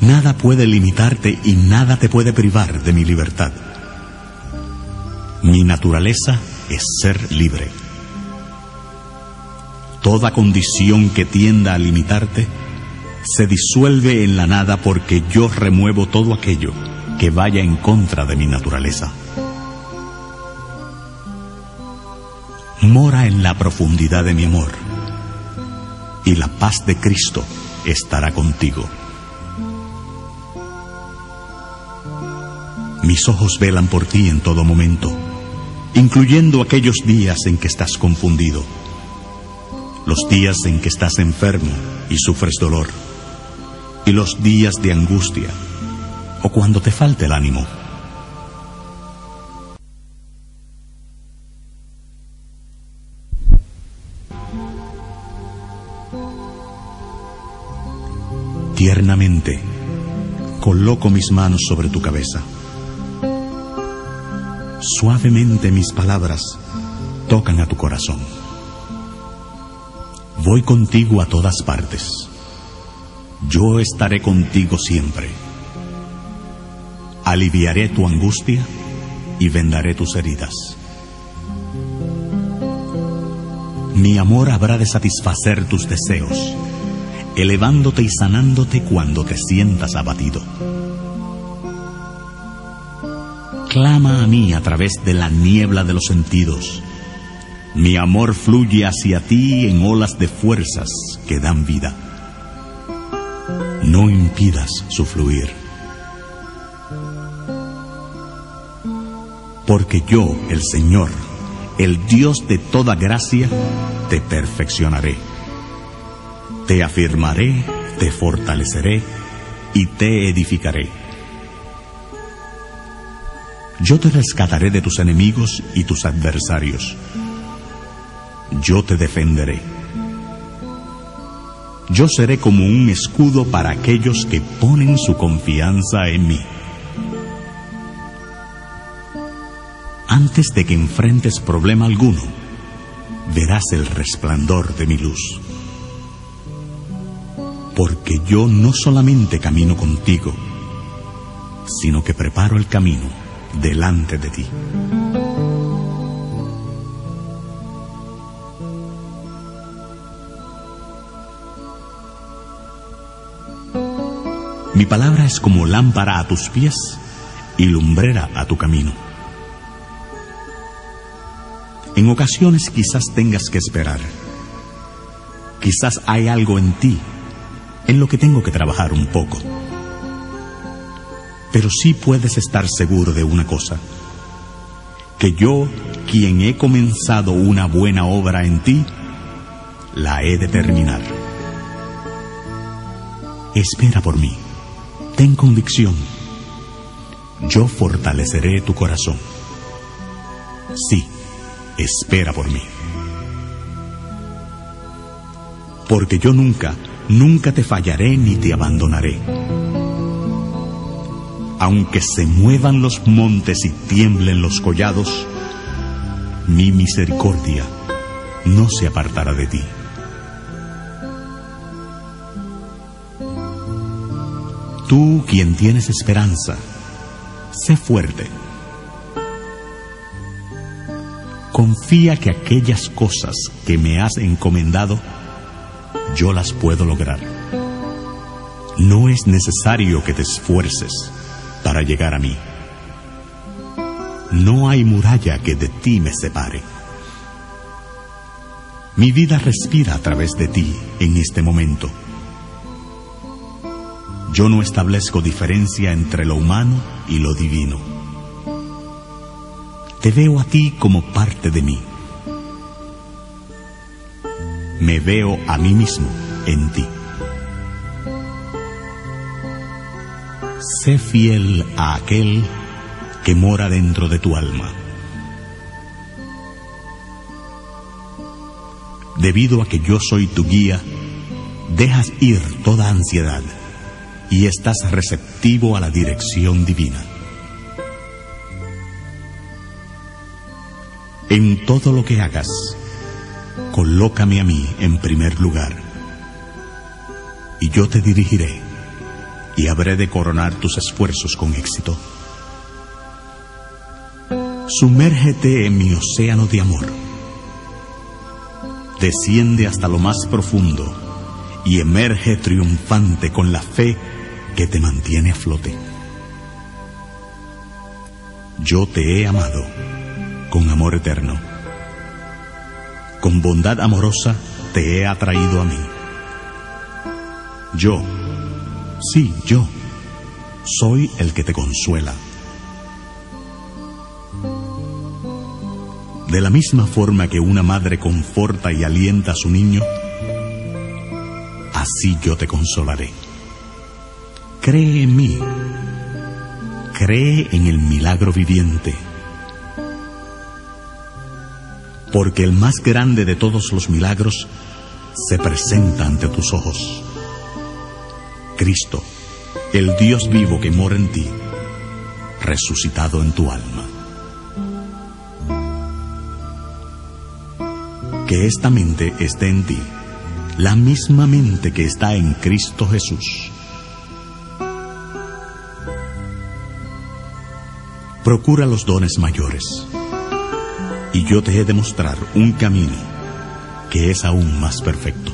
Nada puede limitarte y nada te puede privar de mi libertad. Mi naturaleza es ser libre. Toda condición que tienda a limitarte se disuelve en la nada, porque yo remuevo todo aquello que vaya en contra de mi naturaleza. Mora en la profundidad de mi amor, y la paz de Cristo estará contigo. Mis ojos velan por ti en todo momento, incluyendo aquellos días en que estás confundido, los días en que estás enfermo y sufres dolor, y los días de angustia, o cuando te falte el ánimo. Tiernamente coloco mis manos sobre tu cabeza. Suavemente mis palabras tocan a tu corazón. Voy contigo a todas partes. Yo estaré contigo siempre. Aliviaré tu angustia y vendaré tus heridas. Mi amor habrá de satisfacer tus deseos, elevándote y sanándote cuando te sientas abatido. Clama a mí a través de la niebla de los sentidos. Mi amor fluye hacia ti en olas de fuerzas que dan vida. No impidas su fluir. Porque yo, el Señor, el Dios de toda gracia, te perfeccionaré. Te afirmaré, te fortaleceré y te edificaré. Yo te rescataré de tus enemigos y tus adversarios. Yo te defenderé. Yo seré como un escudo para aquellos que ponen su confianza en mí. Antes de que enfrentes problema alguno, verás el resplandor de mi luz. Porque yo no solamente camino contigo, sino que preparo el camino delante de ti. Mi palabra es como lámpara a tus pies y lumbrera a tu camino. En ocasiones quizás tengas que esperar. Quizás hay algo en ti en lo que tengo que trabajar un poco. Pero sí puedes estar seguro de una cosa: que yo, quien he comenzado una buena obra en ti, la he de terminar. Espera por mí. Ten convicción. Yo fortaleceré tu corazón. Sí, espera por mí. Porque yo nunca te fallaré ni te abandonaré. Aunque se muevan los montes y tiemblen los collados, mi misericordia no se apartará de ti. Tú, quien tienes esperanza, sé fuerte. Confía que aquellas cosas que me has encomendado, yo las puedo lograr. No es necesario que te esfuerces para llegar a mí. No hay muralla que de ti me separe. Mi vida respira a través de ti en este momento. Yo no establezco diferencia entre lo humano y lo divino. Te veo a ti como parte de mí. Me veo a mí mismo en ti. Sé fiel a aquel que mora dentro de tu alma. Debido a que yo soy tu guía, dejas ir toda ansiedad y estás receptivo a la dirección divina. En todo lo que hagas, colócame a mí en primer lugar, y yo te dirigiré y habré de coronar tus esfuerzos con éxito. Sumérgete en mi océano de amor. Desciende hasta lo más profundo y emerge triunfante con la fe que te mantiene a flote. Yo te he amado con amor eterno. Con bondad amorosa te he atraído a mí. Yo, sí, yo, soy el que te consuela. De la misma forma que una madre conforta y alienta a su niño, así yo te consolaré. Cree en mí, cree en el milagro viviente, porque el más grande de todos los milagros se presenta ante tus ojos. Cristo, el Dios vivo que mora en ti, resucitado en tu alma. Que esta mente esté en ti, la misma mente que está en Cristo Jesús. Procura los dones mayores, y yo te he de mostrar un camino que es aún más perfecto.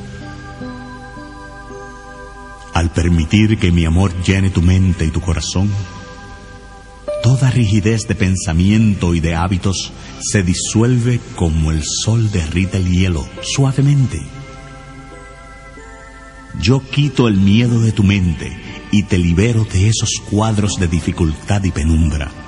Al permitir que mi amor llene tu mente y tu corazón, toda rigidez de pensamiento y de hábitos se disuelve como el sol derrite el hielo suavemente. Yo quito el miedo de tu mente y te libero de esos cuadros de dificultad y penumbra.